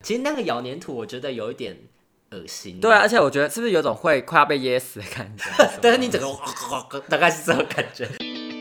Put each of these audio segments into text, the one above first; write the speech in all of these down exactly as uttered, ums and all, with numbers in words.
其实那个咬黏土，我觉得有一点恶心。 对啊，而且我觉得是不是有种会快要被噎死的感觉？ 但是你整个大概是这种感觉。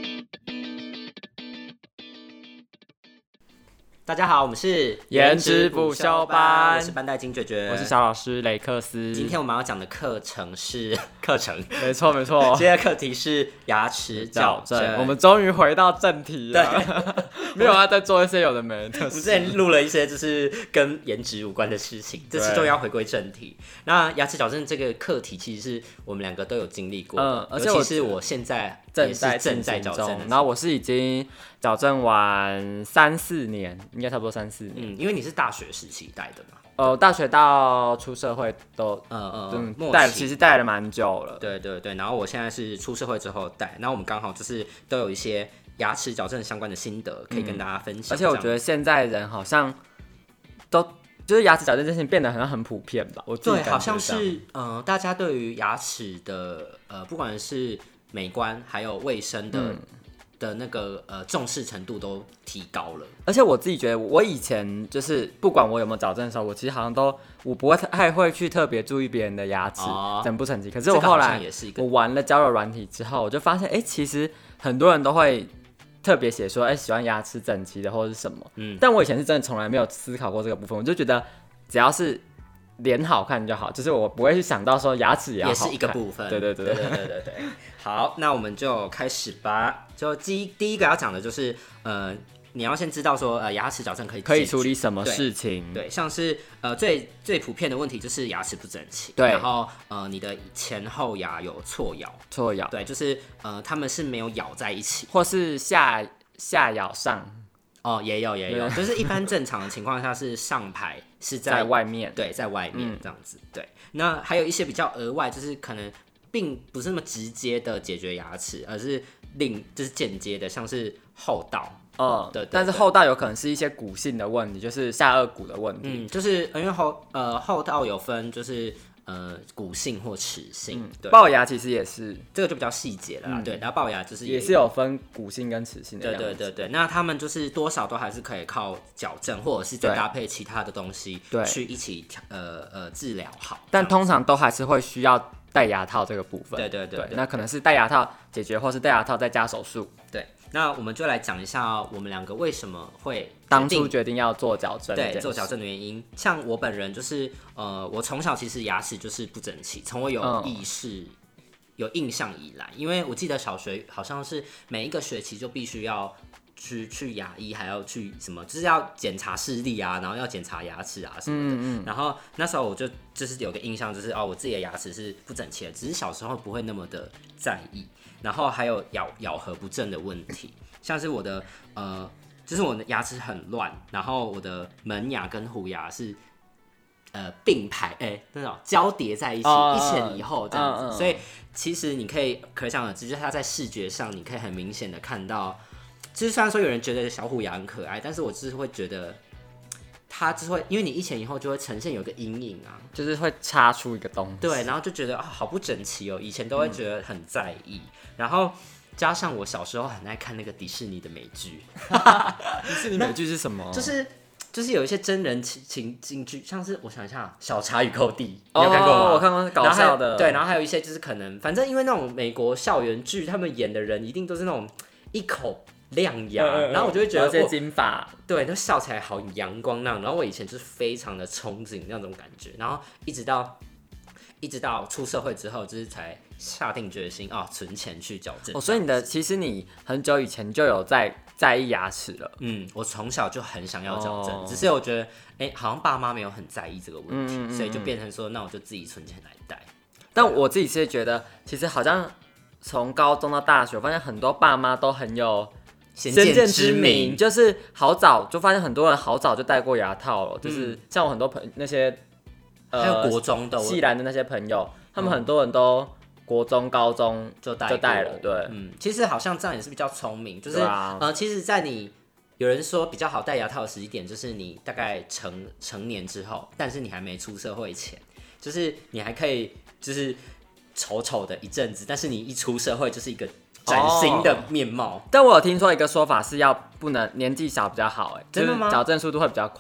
大家好，我们是颜值补修班， 我是班代金爵爵， 我是小老师雷克斯。 今天我们要讲的课程是课程， 没错没错。 今天的课题是牙齿矫正， 我们终于回到正题了，没有要再做一些有的没的。 我们之前录了一些就是跟颜值无关的事情，这次终于要回归正题。那牙齿矫正这个课题，其实是我们两个都有经历过的，嗯，而且尤其是我现在正在正在矫正， 然后我是已经矫正完三四年，应该差不多三四年。 嗯，因为你是大学时期带的嘛。 呃，大学到出社会都， 嗯嗯嗯， 带其实带了蛮久了。 对对对，然后我现在是出社会之后带，然后我们刚好就是都有一些牙齿矫正相关的心得可以跟大家分享。 嗯、而且我觉得现在人好像都就是牙齿矫正这件事情变得好像很普遍吧，我自己感觉对，好像是呃，大家对于牙齿的呃，不管是美观还有卫生的。嗯的那个呃重视程度都提高了， 而且我自己觉得，我以前就是不管我有没有矫正的时候，我其实好像都我不会太会去特别注意别人的牙齿整不整齐。可是我后来我玩了交友软体之后，我就发现，哎、欸，其实很多人都会特别写说，哎、欸，喜欢牙齿整齐的或者是什么。嗯，但我以前是真的从来没有思考过这个部分，我就觉得只要是脸好看就好，就是我不会去想到说牙齿也要好看， 也是一个部分。 对对对对对对对对。好，那我们就开始吧。就第一第一个要讲的就是，呃，你要先知道说，呃，牙齿矫正可以可以处理什么事情？ 对，对像是呃最最普遍的问题就是牙齿不整齐， 对， 然后呃你的前后牙有错咬， 错咬， 对，就是呃他们是没有咬在一起， 或是下下咬上。 哦，也有也有，就是一般正常的情况下是上排是 在, 在外面， 对，在外面这样子。嗯、对，那还有一些比较额外，就是可能并不是那么直接的解决牙齿，而是另就是间接的，像是后道。 嗯，对，但是后道有可能是一些骨性的问题，就是下颚骨的问题。 嗯，就是因为后呃后道有分就是。呃，骨性或齿性，嗯、对， 龅牙其实也是，这个就比较细节了啦、嗯。对，然后龅牙就是也, 也是有分骨性跟齿性的。 对对对对，那他们就是多少都还是可以靠矫正，或者是再搭配其他的东西，去一起呃呃治疗好。 但通常都还是会需要戴牙套这个部分。 对对 对, 对, 对， 那可能是戴牙套解决，或是戴牙套再加手术。 对。那我们就来讲一下我们两个为什么会当初决定要做矫正， 对，做矫正的原因。像我本人就是，呃，我从小其实牙齿就是不整齐，从我有意识、嗯、有印象以来，因为我记得小学好像是每一个学期就必须要去去牙医，还要去什么，就是要检查视力啊，然后要检查牙齿啊什么的。嗯嗯然后那时候我就就是有个印象，就是哦，我自己的牙齿是不整齐的，只是小时候不会那么的在意。然后还有咬咬合不正的问题，像是我的呃，就是我的牙齿很乱，然后我的门牙跟虎牙是呃并排，哎、欸，那种交叠在一起， uh, 一前一后这样子， uh, uh, 所以其实你可以可想而知，就是它在视觉上你可以很明显的看到，就是虽然说有人觉得小虎牙很可爱，但是我就是会觉得。它就会，因为你一前一后就会呈现有一个阴影啊， 就是会插出一个东西， 对，然后就觉得啊、哦，好不整齐哦。以前都会觉得很在意，嗯、然后加上我小时候很爱看那个迪士尼的美剧， 迪士尼美剧是什么？ 就是就是有一些真人情景剧，像是我想一下，《小茶与寇弟》，你有看过吗？ 哦、我看过，搞笑的。 对，然后还有一些就是可能，反正因为那种美国校园剧，他们演的人一定都是那种一口。亮牙，然后我就会觉得这些金发， 对，那笑起来好阳光那样。然后我以前就是非常的憧憬那种感觉，然后一直到一直到出社会之后，就是才下定决心啊，存钱去矫正。 哦，所以你的其实你很久以前就有在在意牙齿了。 嗯，我从小就很想要矫正，哦、只是我觉得，哎、欸，好像爸妈没有很在意这个问题，嗯嗯嗯所以就变成说，那我就自己存钱来戴。 但我自己是觉得，其实好像从高中到大学，我发现很多爸妈都很有。先见之明，就是好早就发现很多人好早就戴过牙套了，嗯、就是像我很多朋那些， 呃、还有国中的系篮的那些朋友，他们很多人都国中、高中就戴就戴了，对， 嗯，其实好像这样也是比较聪明，就是、啊、呃，其实，在你有人说比较好戴牙套的时机点，就是你大概成成年之后，但是你还没出社会前，就是你还可以就是丑丑的一阵子，但是你一出社会就是一个。崭新的面貌、哦， 但我有听说一个说法是要不能年纪小比较好，哎， 真的吗？ 矫正速度会比较快。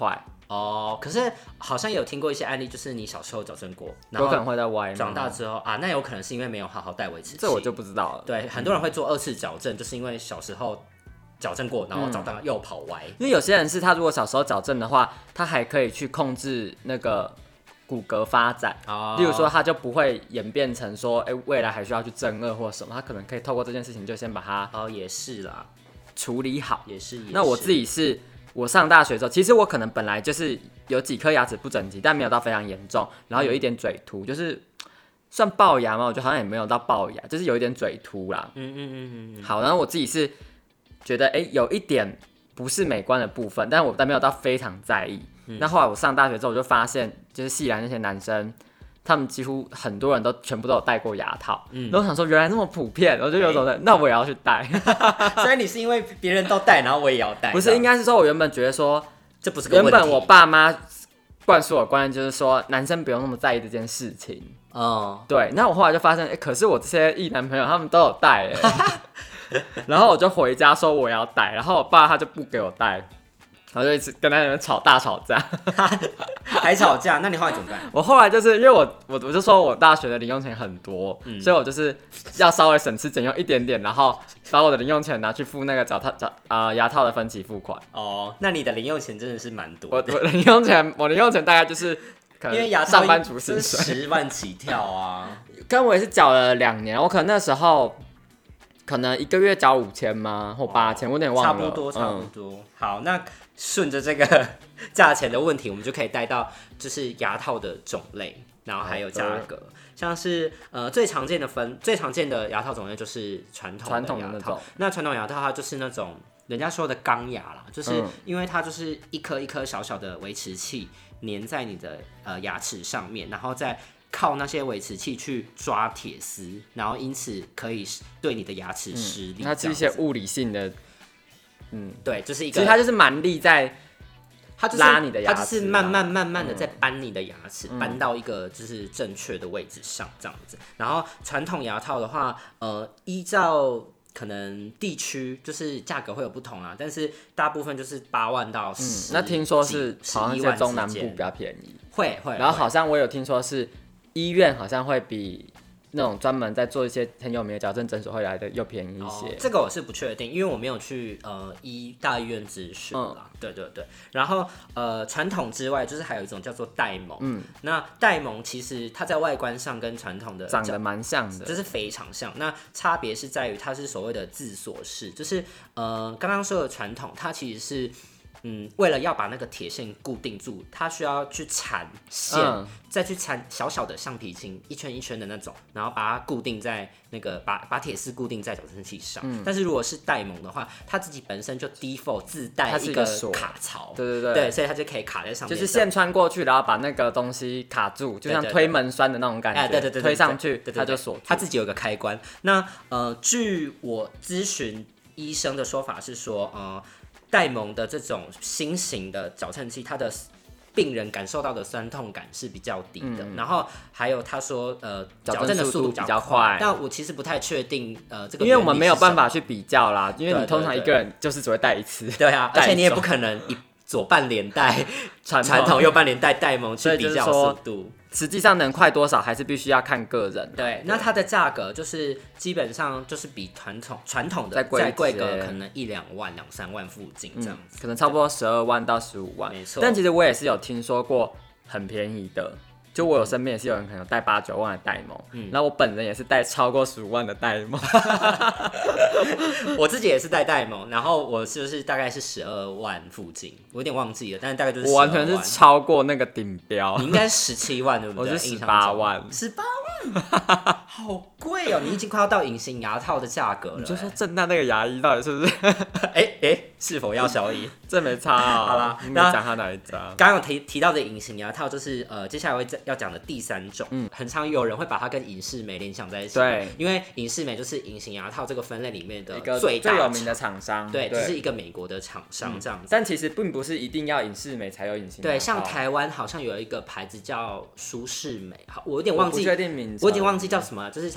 哦，可是好像有听过一些案例，就是你小时候矫正过，然后有可能会在歪吗？ 长大之后啊，那有可能是因为没有好好戴维持器， 这我就不知道了。 对，很多人会做二次矫正，就是因为小时候矫正过，然后长大又跑歪。 因为有些人是他如果小时候矫正的话，他还可以去控制那个骨骼发展，哦、例如说他就不会演变成说，哎、欸，未来还需要去正颚或什么，他可能可以透过这件事情就先把它哦，也是啦， 处理好， 也是。也是那我自己是，我上大学的时候，其实我可能本来就是有几颗牙齿不整齐，但没有到非常严重，然后有一点嘴凸，就是算龅牙嘛，我觉得好像也没有到龅牙，就是有一点嘴凸啦。嗯嗯嗯嗯。好，然后我自己是觉得，哎、欸，有一点不是美观的部分，但我但没有到非常在意。嗯、那后来我上大学之后，我就发现，就是系篮那些男生，他们几乎很多人都全部都有戴过牙套。嗯，然后我想说，原来那么普遍，我就有种的，那我也要去戴。 所以你是因为别人都戴，然后我也要戴？ 不是，应该是说我原本觉得说， 这不是个问题。 原本我爸妈灌输我的观念就是说，男生不用那么在意这件事情。哦，对。那我后来就发现，哎、欸，可是我这些异男朋友他们都有戴，哎。然后我就回家说我要戴，然后我爸他就不给我戴。然后就一直跟他们吵大吵架， 还吵架？那你后来怎么办？ 我后来就是因为我我我就说我大学的零用钱很多，嗯、所以我就是要稍微省吃俭用一点点，然后把我的零用钱拿去付那个脚套脚啊、呃、牙套的分期付款。 哦，那你的零用钱真的是蛮多的。 我我零用钱我零用钱大概就是可能因为牙套上班族薪水十万起跳啊， 跟我也是缴了两年，我可能那时候。可能一个月缴五千吗？或八千？我有点忘了。 差不多，差不多。嗯、好，那顺着这个价钱的问题，我们就可以带到就是牙套的种类，然后还有价格。像是呃最常见的分最常见的牙套种类就是传统的牙套。那传统牙套它就是那种人家说的钢牙啦，就是因为它就是一颗一颗小小的维持器粘在你的呃牙齿上面，然后再。靠那些维持器去抓铁丝，然后因此可以对你的牙齿施力、嗯。 它是一些物理性的，嗯， 对，就是一个。 其实它就是蛮力在，它拉你的牙齿、啊， 它就是慢慢慢慢的在搬你的牙齿，嗯、搬到一个就是正确的位置上这样子。然后传统牙套的话，呃，依照可能地区就是价格会有不同啦，但是大部分就是八万到十、 嗯。那听说是好像在中南部比较便宜， 会会。 然后好像我有听说是。医院好像会比那种专门在做一些很有名的矫正诊所会来的又便宜一些、哦。 这个我是不确定，因为我没有去呃医大医院咨询啦。嗯、对对对。然后呃传统之外，就是还有一种叫做戴蒙。嗯。那戴蒙其实它在外观上跟传统的长得蛮像的， 就是非常像。那差别是在于它是所谓的自锁式，就是呃刚刚说的传统，它其实是。嗯，为了要把那个铁线固定住，它需要去缠线，嗯、再去缠小小的橡皮筋，一圈一圈的那种，然后把它固定在那个把把铁丝固定在矫正器上。嗯、但是如果是戴蒙的话，它自己本身就 default 自带一个卡槽， 对对对， 对，所以它就可以卡在上面， 就是线穿过去，然后把那个东西卡住，就像推门栓的那种感觉， 对对对， 推上去它就锁住， 它自己有个开关。那呃，据我咨询医生的说法是说，呃。戴蒙的这种新型的矫正器，它的病人感受到的酸痛感是比较低的。嗯、然后还有他说，呃，矫正的速度比较快，但我其实不太确定，呃，这个因为我们没有办法去比较啦，因为你通常一个人就是只会戴一次， 对啊，而且你也不可能一左半脸戴传统，右半脸戴戴蒙去比较速度。 实际上能快多少还是必须要看个人、啊。 对，那它的价格就是基本上就是比传统传统的再贵个可能一两万、两三万附近这样子， 嗯、可能差不多十二万到十五万。 没错。 但其实我也是有听说过很便宜的，就我有身边也是有人可能戴八九万的戴蒙，嗯，然后我本人也是戴超过十五万的戴蒙。 我自己也是戴戴蒙，然后我就是大概是十二万附近，我有点忘记了，但是大概就是十二万。 我完全是超过那个顶标。 你应该十七万对不对？ 我是十八万。 十八万，好贵哦！你已经快要到隐形牙套的价格了、欸。 你就说正大那个牙医到底是不是？ 哎哎、欸欸，是否要小医？ 这没差啊、喔。 好啦， 你讲他哪一家？ 刚刚有提提到的隐形牙套，就是呃，接下来会要讲的第三种。嗯，很常有人会把它跟隐适美联想在一起。 对， 因为隐适美就是隐形牙套这个分类里面的最大最有名的厂商。 对，就是一个美国的厂商这样子、嗯。 但其实并不是一定要隐适美才有隐形牙套。 对，像台湾好像有一个牌子叫舒适美，好，我有点忘记， 我不确定名字， 我有点忘记叫什么，就是它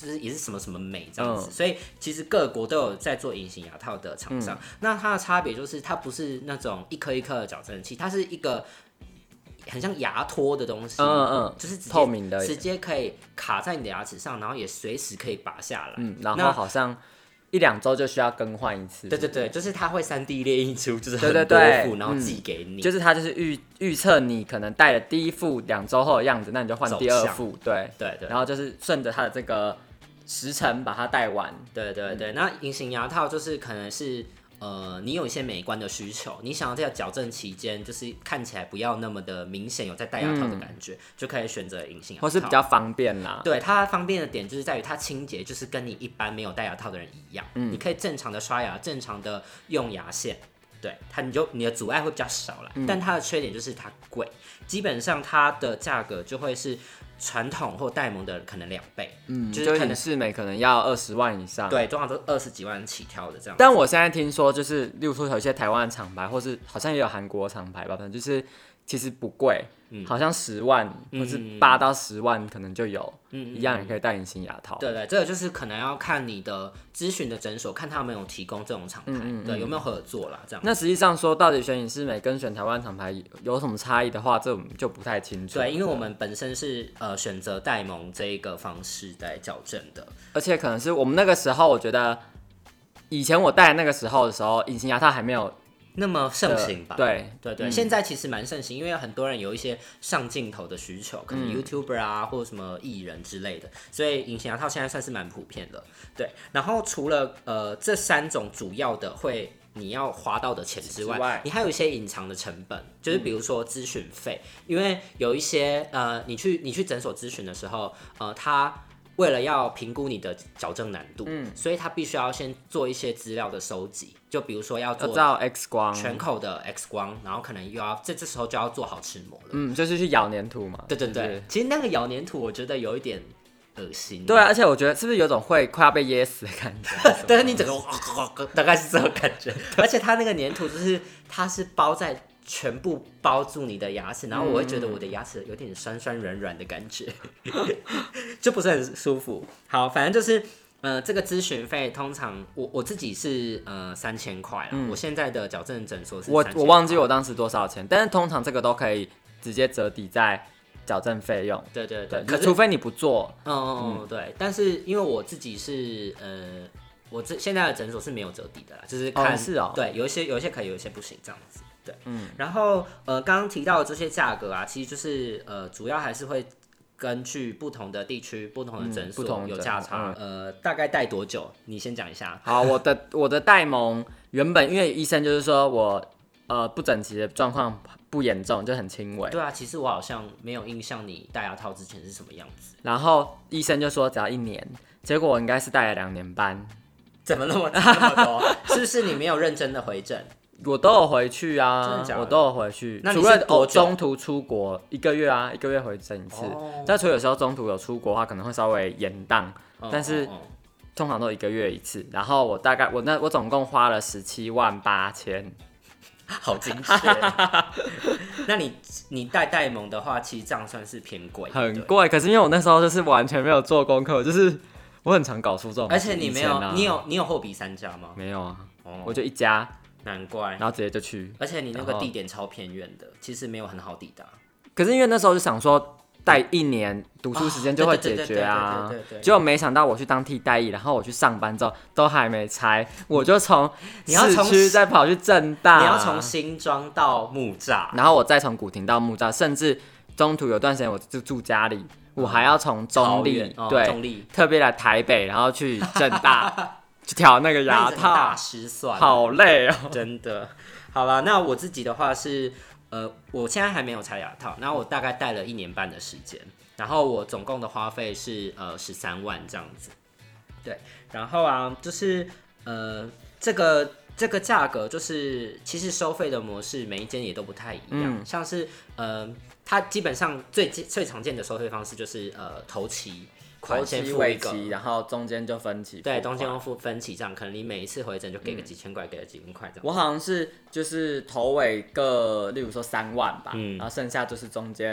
就是也是什么什么美这样子，嗯、所以其实各国都有在做隐形牙套的厂商。嗯、那它的差别就是它不是那种一颗一颗的矫正器，它是一个很像牙托的东西，嗯嗯，就是直接透明的， 直接可以卡在你的牙齿上，然后也随时可以拔下来。 嗯，然后好像一两周就需要更换一次。 对对对，就是它会三 D 列印出，就是很多副，对对对，然后寄给你。 嗯、就是它就是预预测你可能戴了第一副两周后的样子，那你就换第二副。对对对， 然后就是顺着它的这个时程把它戴完。 对对对，那隐形牙套就是可能是。呃，你有一些美观的需求，你想要在矫正期间，就是看起来不要那么的明显有在戴牙套的感觉，嗯、就可以选择隐形牙套， 或是比较方便啦。 对，它方便的点就是在于它清洁，就是跟你一般没有戴牙套的人一样，嗯、你可以正常的刷牙，正常的用牙线，对它你就你的阻碍会比较少啦。嗯、但它的缺点就是它贵，基本上它的价格就会是。传统或戴蒙的可能两倍， 嗯，就是可能视美可能要二十万以上， 对，通常都二十几万起跳的这样。 但我现在听说，就是例如说有一些台湾的厂牌，或是好像也有韩国厂牌吧，反正就是其实不贵，嗯、好像十万或是八到十万可能就有，嗯、一样也可以戴隐形牙套。 对对，这个就是可能要看你的咨询的诊所，看他们有提供这种厂牌，嗯嗯对，有没有合作啦，这样。 那实际上说，到底选隐适美跟选台湾厂牌有什么差异的话，这我们就不太清楚。 对，因为我们本身是呃选择戴蒙这一个方式来矫正的， 而且可能是我们那个时候，我觉得以前我戴那个时候的时候，隐形牙套还没有。 那么盛行吧？ 对对对，嗯、现在其实蛮盛行，因为很多人有一些上镜头的需求，可能 YouTuber 啊，嗯、或者什么艺人之类的，所以隐形牙套现在算是蛮普遍的。对，然后除了呃这三种主要的会你要花到的钱之外，之外你还有一些隐藏的成本，就是比如说咨询费，嗯、因为有一些呃你去你去诊所咨询的时候，呃他。为了要评估你的矫正难度，嗯、所以他必须要先做一些资料的收集，就比如说要做照 X 光， 全口的 X 光，然后可能又要这这时候就要做好齿模了， 嗯，就是去咬粘土嘛。 对对对，是其实那个咬粘土我觉得有一点恶心。 对啊，而且我觉得是不是有种会快要被噎死的感觉？ 对，你整个大概是这种感觉，而且它那个粘土就是它是包在。全部包住你的牙齿，然后我会觉得我的牙齿有点酸酸软软的感觉，就不是很舒服。好，反正就是呃，这个咨询费通常我我自己是呃三千块啦，嗯、我现在的矫正诊所是我我忘记我当时多少钱，但是通常这个都可以直接折抵在矫正费用。 对对对， 可除非你不做。 嗯嗯嗯，对。但是因为我自己是呃，我这现在的诊所是没有折抵的啦，就是看、 哦、是哦， 对，有一些有一些可以，有一些不行这样子。对，嗯，然后呃，刚刚提到的这些价格啊，其实就是呃，主要还是会根据不同的地区、不同的诊所有价差。嗯、呃，大概戴多久？你先讲一下。 好，我的我的戴蒙原本因为医生就是说我呃不整齐的状况不严重，就很轻微。 对啊，其实我好像没有印象你戴牙套之前是什么样子。 然后医生就说只要一年，结果我应该是戴了两年半。 怎么那么那么多？是不是你没有认真的回诊？ 我都有回去啊， 真的假的？ 我都有回去。 那除了我中途出国一个月啊，一个月回诊一次。再、哦、除了有时候中途有出国的话，可能会稍微延宕，哦、但是、哦、通常都一个月一次。然后我大概我那我总共花了十七万八千， 好精确。那你你戴戴蒙的话，其实这样算是偏贵， 很贵。可是因为我那时候就是完全没有做功课，就是我很常搞出这种、啊。 而且你没有，你有你有货比三家吗？ 没有啊，哦、我就一家。 难怪， 然后直接就去， 而且你那个地点超偏远的，其实没有很好抵达。 可是因为那时候就想说，带一年读书时间就会解决啊，结果没想到我去当替代役，然后我去上班之后都还没拆，我就从市区再跑去政大， 你要从新庄到木栅， 然后我再从古亭到木栅，甚至中途有段时间我就住家里，我还要从中立、 哦、 对中立特别来台北，然后去政大。去调那个牙套， 大失算， 好累哦， 真的。好啦，那我自己的话是，呃，我现在还没有拆牙套，然后我大概戴了一年半的时间，然后我总共的花费是呃十三万这样子。对，然后啊，就是呃这个这个价格，就是其实收费的模式每一间也都不太一样，嗯、像是呃它基本上最最常见的收费方式就是呃头期。 头期尾期，然后中间就分期， 对，中间要付分期，这样可能你每一次回诊就给个几千块，嗯、给个几万块这样。 我好像是就是头尾各，例如说三万吧，嗯、然后剩下就是中间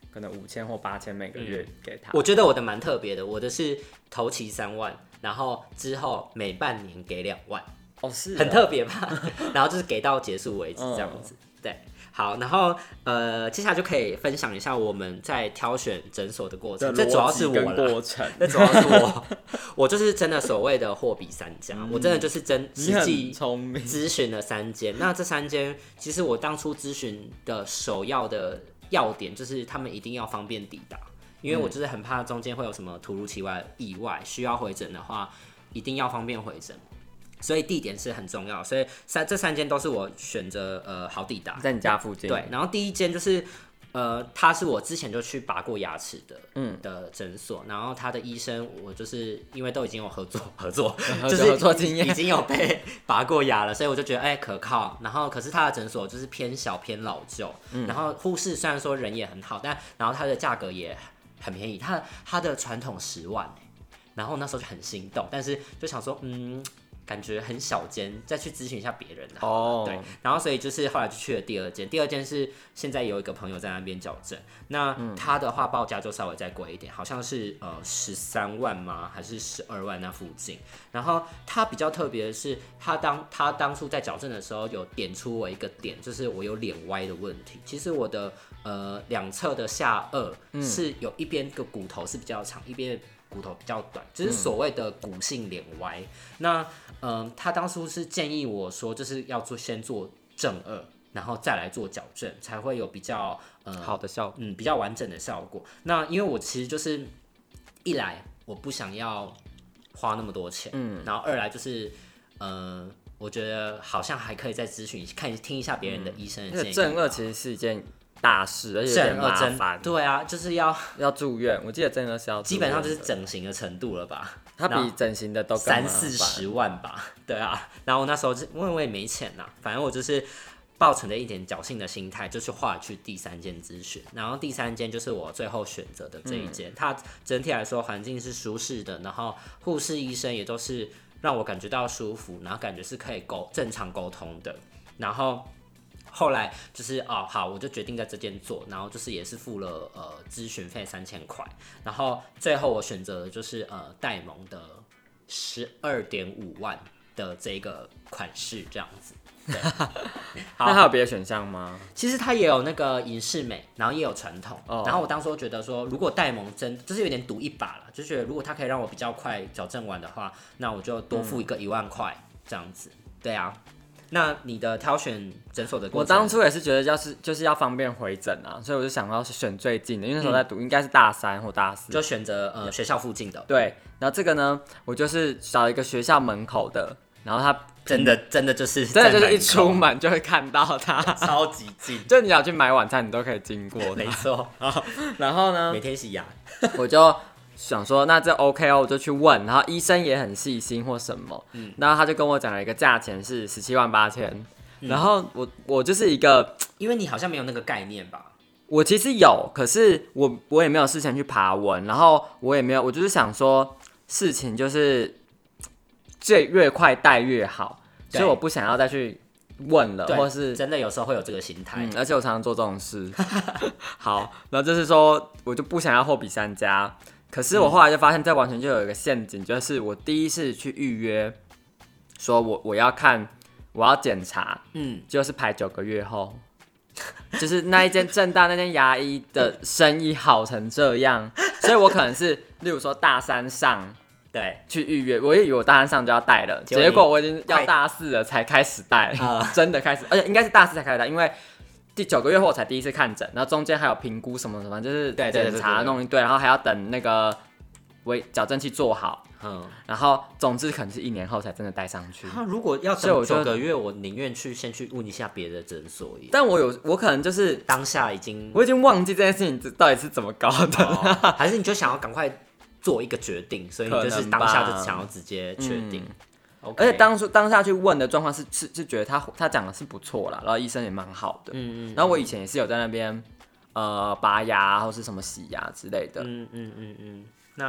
可能五千或八千每个月给他、 嗯。我觉得我的蛮特别的，我的是头期三万，然后之后每半年给两万。 哦，是、啊， 很特别吧？然后就是给到结束为止这样子。嗯、对，好，然后呃，接下来就可以分享一下我们在挑选诊所的过程。这主要是我啦， 过程这主要是我，我就是真的所谓的货比三家，嗯、我真的就是真实际咨询了三间。那这三间其实我当初咨询的首要的要点就是他们一定要方便抵达，因为我就是很怕中间会有什么突如其来的意外，需要回诊的话，一定要方便回诊。所以地点是很重要，所以三这三间都是我选择呃好抵达， 在你家附近。 对，然后第一间就是呃，他是我之前就去拔过牙齿的，嗯的诊所，然后他的医生我就是因为都已经有合作合作，就是合作经验已经有被拔过牙了，所以我就觉得哎、欸、可靠。然后可是他的诊所就是偏小偏老旧，嗯、然后护士虽然说人也很好，但然后他的价格也很便宜，他他的传统十万、欸，然后那时候就很心动，但是就想说嗯。感觉很小间，再去咨询一下别人的哦。Oh. 对，然后所以就是后来就去了第二间，第二间是现在有一个朋友在那边矫正，那他的话报价就稍微再贵一点，好像是呃十三万吗？还是十二万那附近？然后他比较特别的是，他当他当初在矫正的时候有点出我一个点，就是我有脸歪的问题。其实我的呃两侧的下颚是有一边的骨头是比较长，一边骨头比较短，就是所谓的骨性脸歪。嗯、那嗯，他当初是建议我说，就是要做先做正颚，然后再来做矫正，才会有比较呃好的效果， 嗯，比较完整的效果。那因为我其实就是一来我不想要花那么多钱，嗯，然后二来就是呃，我觉得好像还可以再咨询看听一下别人的医生的建议。 嗯、正颚其实是一件大事，而且有点麻烦。 对啊，就是要要住院。我记得正颚是要住院的， 基本上就是整形的程度了吧？ 它比整形的都更三四十万吧？对啊。然后那时候就因为我也没钱呐，反正我就是抱存着一点侥幸的心态，就是后来去第三间咨询。然后第三间就是我最后选择的这一间，嗯、它整体来说环境是舒适的，然后护士医生也都是让我感觉到舒服，然后感觉是可以沟正常沟通的。然后后来就是哦好，我就决定在这间做，然后就是也是付了呃咨询费三千块，然后最后我选择的就是呃戴蒙的十二点五万的这个款式这样子。对， 那还有别的选项吗？ 其实它也有那个银饰美，然后也有传统。Oh. 然后我当初觉得说，如果戴蒙真就是有点赌一把了，就觉得如果它可以让我比较快矫正完的话，那我就多付一个一万块这样子。对啊。那你的挑选诊所的过程， 我当初也是觉得要是就是要方便回诊啊，所以我就想要选最近的，因为那时候在读，应该是大三或大四， 就选择呃学校附近的。 对，然后这个呢，我就是找一个学校门口的，然后它真的真的就是真的就是一出门就会看到它， 超级近， 就你要去买晚餐，你都可以经过。 没错。 然后呢， 每天洗牙， 我就想说那这 OK 哦，我就去问，然后医生也很细心或什么，嗯，然后他就跟我讲了一个价钱是十七万八千，然后我我就是一个， 因为你好像没有那个概念吧？ 我其实有，可是我我也没有事前去爬文，然后我也没有，我就是想说事情就是最越快带越好，所以我不想要再去问了，或是真的有时候会有这个心态、 嗯，而且我常常做这种事。好，然后就是说我就不想要货比三家。可是我后来就发现，这完全就有一个陷阱，就是我第一次去预约，说我我要看，我要检查，嗯，就是排九个月后，就是那一间正大那间牙医的生意好成这样，所以我可能是，例如说大三上， 对， 去预约，我也以为我大三上就要带了，结果我已经要大四了才开始带，真的开始，而且应该是大四才开始带，因为第九个月后我才第一次看诊，然后中间还有评估什么什么，就是检查弄一堆，然后还要等那个微矫正器做好，嗯，然后总之可能是一年后才真的带上去。 那如果要等九个月，我宁愿去先去问一下别的诊所。 但我有，我可能就是当下已经， 我已经忘记这件事情到底是怎么搞的， 哦、还是你就想要赶快做一个决定，所以你就是当下就想要直接确定。嗯Okay. 而且当初当下去问的状况是是是觉得他他讲的是不错啦，然后医生也蛮好的，嗯嗯，然后我以前也是有在那边呃拔牙或是什么洗牙之类的， 嗯嗯嗯嗯。那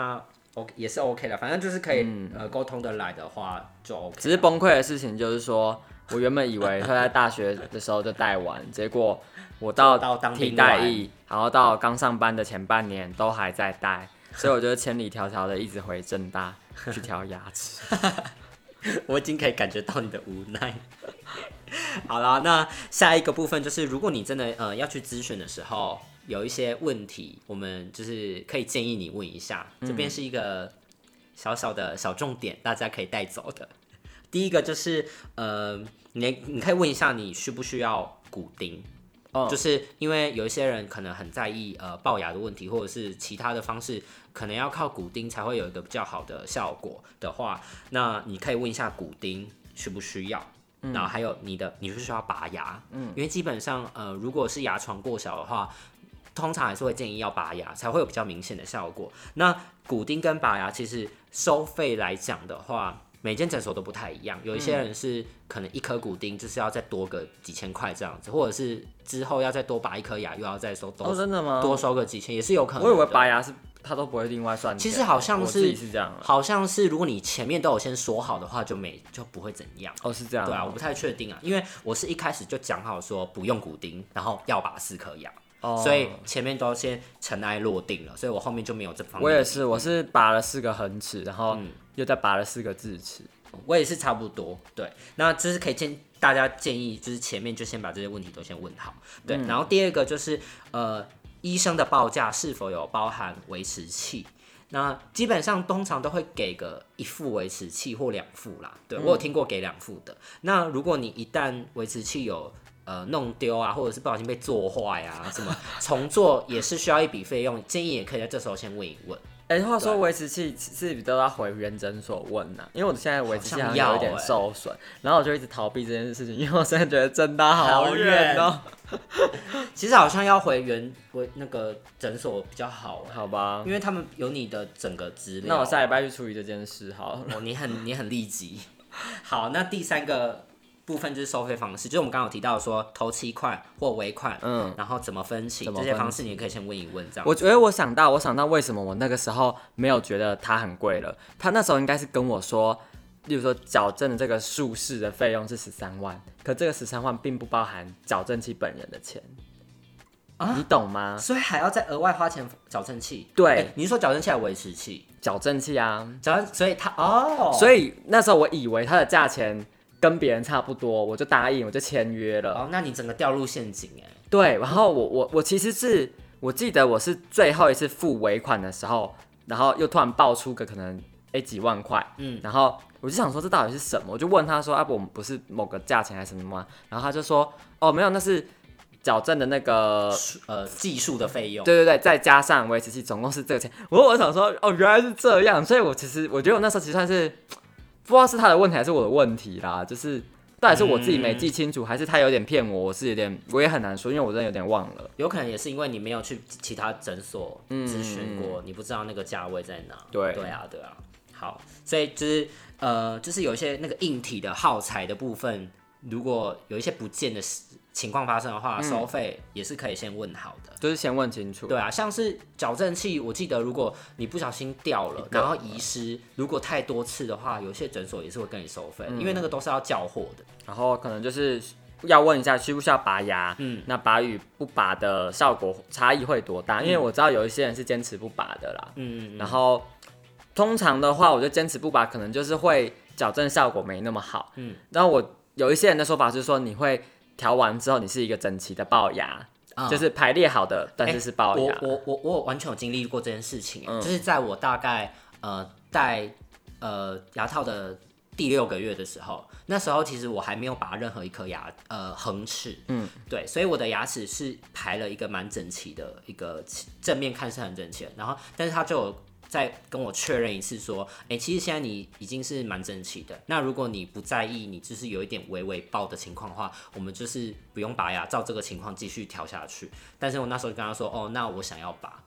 OK 也是 OK 的，反正就是可以、嗯、呃沟通的来的话就 OK。 只是崩溃的事情就是说，我原本以为他在大学的时候就带完，结果我到替代役，然后到刚上班的前半年都还在带，所以我就千里迢迢的一直回政大去挑牙齿。 我已经可以感觉到你的无奈。好啦，那下一个部分就是，如果你真的呃要去咨询的时候，有一些问题，我们就是可以建议你问一下。这边是一个小小的小重点，大家可以带走的。第一个就是呃，你你可以问一下，你需不需要骨钉？哦，就是因为有一些人可能很在意呃龅牙的问题，或者是其他的方式，可能要靠骨钉才会有一个比较好的效果的话，那你可以问一下骨钉需不需要。嗯、然后还有你的，你是需要拔牙，嗯，因为基本上，呃，如果是牙床过小的话，通常还是会建议要拔牙，才会有比较明显的效果。那骨钉跟拔牙其实收费来讲的话，每间诊所都不太一样，有一些人是可能一颗骨钉就是要再多个几千块这样子，或者是之后要再多拔一颗牙又要再收多、 哦、真的吗？ 多收个几千也是有可能的。 我以为拔牙是他都不会另外算钱。 其实好像是， 我自己是这样， 好像是如果你前面都有先说好的话，就没就不会怎样。 哦，是这样。 对啊，我不太确定啊，因为我是一开始就讲好说不用骨钉，然后要拔四颗牙。Oh. 所以前面都先尘埃落定了，所以我后面就没有这方面。 我也是，我是拔了四个恒齿，然后又再拔了四个智齿。 我也是差不多，对。那这是可以建大家建议，就是前面就先把这些问题都先问好，对。嗯、然后第二个就是呃，医生的报价是否有包含维持器？那基本上通常都会给个一副维持器或两副啦，对、嗯、我有听过给两副的。那如果你一旦维持器有呃，弄丢啊，或者是不小心被做坏啊，什么重做也是需要一笔费用，建议也可以在这时候先问一问。 哎、欸，话说维持器是不是都要回原诊所问呢、啊？因为我现在维持器好像有一点受损、欸，然后我就一直逃避这件事情，因为我真的觉得政大好远哦、喔。 其实好像要回原回那个诊所比较好、欸， 好吧？ 因为他们有你的整个资料、啊。 那我下礼拜去处理这件事好了。 哦，你很你很立即。好，那第三个部分就是收费方式，就是我们刚刚有提到说头期款或尾款，嗯，然后怎么分期，这些方式你也可以先问一问，这样。 我觉得我想到，我想到为什么我那个时候没有觉得它很贵了。他那时候应该是跟我说，例如说矫正的这个术式的费用是十三万，可这个十三万并不包含矫正器本人的钱。啊、你懂吗？ 所以还要再额外花钱矫正器？ 对， 欸、你是说矫正器还是维持器？ 矫正器啊， 矫正，所以他哦， 所以那时候我以为它的价钱跟别人差不多，我就答应，我就签约了。 哦，那你整个掉入陷阱哎。 对，然后我我我其实是我记得我是最后一次付尾款的时候，然后又突然爆出个可能哎、欸、几万块，嗯，然后我就想说这到底是什么？我就问他说啊，我们不是某个价钱还是什么吗？然后他就说哦没有，那是矫正的那个呃技术的费用。 对对对，再加上维持器，总共是这个钱。我我想说哦原来是这样，所以我其实我觉得我那时候其实算是不知道是他的问题还是我的问题啦，就是到底是我自己没记清楚，嗯、还是他有点骗我，我是有点我也很难说，因为我真的有点忘了。 有可能也是因为你没有去其他诊所咨询过，嗯、你不知道那个价位在哪。 对对啊对啊。好，所以就是呃就是有一些那个硬体的耗材的部分，如果有一些不见的情况发生的话，嗯、收费也是可以先问好的， 就是先问清楚。 对啊，像是矫正器，我记得如果你不小心掉了，然后遗失，如果太多次的话，有些诊所也是会跟你收费，嗯、因为那个都是要叫货的。 然后可能就是要问一下需不需要拔牙，嗯，那拔与不拔的效果差异会多大？嗯、因为我知道有一些人是坚持不拔的啦，嗯, 嗯, 嗯然后通常的话，我觉得坚持不拔可能就是会矫正效果没那么好，嗯，然后我有一些人的说法是说你会调完之后，你是一个整齐的龅牙，嗯、就是排列好的，但是是龅牙。 欸、我我我我完全有经历过这件事情，嗯、就是在我大概呃戴呃牙套的第六个月的时候，那时候其实我还没有拔任何一颗牙呃恒齿，嗯，对，所以我的牙齿是排了一个蛮整齐的一个正面看是很整齐的，然后但是他就有再跟我确认一次说，哎、欸，其实现在你已经是蛮整齐的。那如果你不在意，你就是有一点微微爆的情况的话，我们就是不用拔牙，照这个情况继续调下去。但是我那时候跟他说，哦，那我想要拔，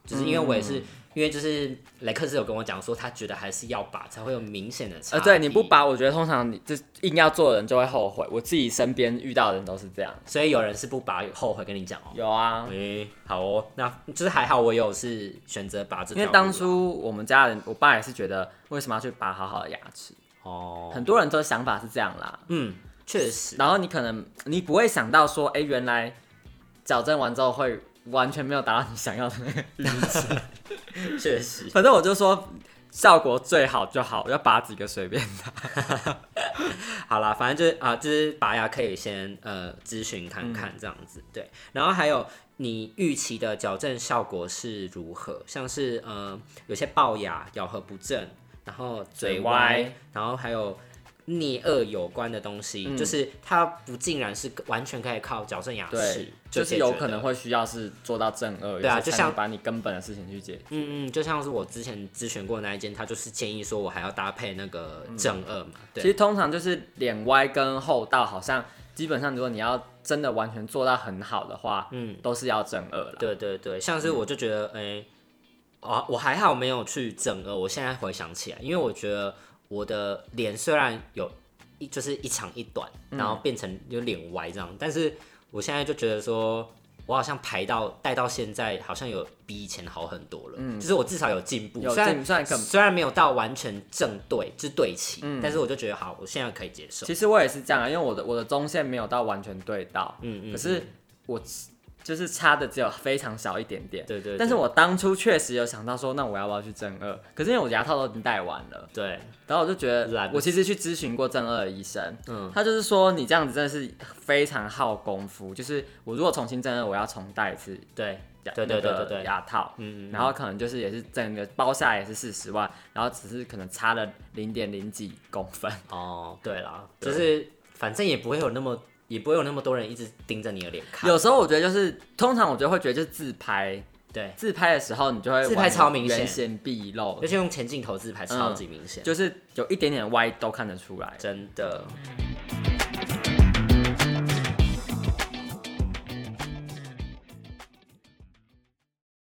就是因为我也是。嗯因为就是雷克斯有跟我讲说，他觉得还是要拔才会有明显的差异。 呃，对，你不拔，我觉得通常你就硬要做的人就会后悔。我自己身边遇到的人都是这样， 所以有人是不拔后悔跟你讲哦。 有啊， 诶、欸，好哦，那就是还好我有是选择拔这条路。 因为当初我们家人，我爸也是觉得为什么要去拔好好的牙齿哦，很多人都想法是这样啦。 嗯，确实。 然后你可能你不会想到说，哎、欸，原来矫正完之后会。完全没有达到你想要的那个预期， 确实。 反正我就说效果最好就好，要拔几个随便他。 好啦，反正就是啊，就是拔牙可以先呃咨询看看这样子，嗯、对。然后还有你预期的矫正效果是如何？像是呃有些龅牙、咬合不正，然后嘴歪，然后还有。颞颌有关的东西、嗯，就是它不尽然是完全可以靠矫正牙齿， 就是有可能会需要是做到正颚， 对啊，就像把你根本的事情去解决。 嗯嗯，就像是我之前咨询过的那一间，他就是建议说我还要搭配那个正颚嘛、嗯。 其实通常就是脸歪跟后道，好像基本上如果你要真的完全做到很好的话，嗯，都是要正颚了。 对对对，像是我就觉得，哎、欸，哦，我还好没有去正颚，我现在回想起来，因为我觉得。我的脸虽然有一就是一长一短，然后变成有脸歪这样，嗯、但是我现在就觉得说，我好像排到带到现在，好像有比以前好很多了。嗯，就是我至少有进步，虽然虽然没有到完全正对，就是对齐、嗯，但是我就觉得好，我现在可以接受。 其实我也是这样啊，因为我的我的中线没有到完全对到，嗯嗯，可是我。就是差的只有非常小一点点， 对 对, 对。 但是我当初确实有想到说，那我要不要去正颚？可是因为我牙套都已经戴完了， 对。 然后我就觉得，我其实去咨询过正颚的医生，嗯，他就是说你这样子真的是非常耗功夫。就是我如果重新正颚，我要重戴一次， 对，对对对对对， 牙套，嗯，然后可能就是也是整个包下来也是四十万，然后只是可能差了零点零几公分。 哦，对啦，就是反正也不会有那么。也不会有那么多人一直盯着你的脸看。 有时候我觉得就是，通常我就会觉得就是自拍， 对， 自拍的时候你就会自拍超明显， 原先毕露， 而且用前镜头自拍超级明显、 嗯，就是有一点点歪都看得出来， 真的。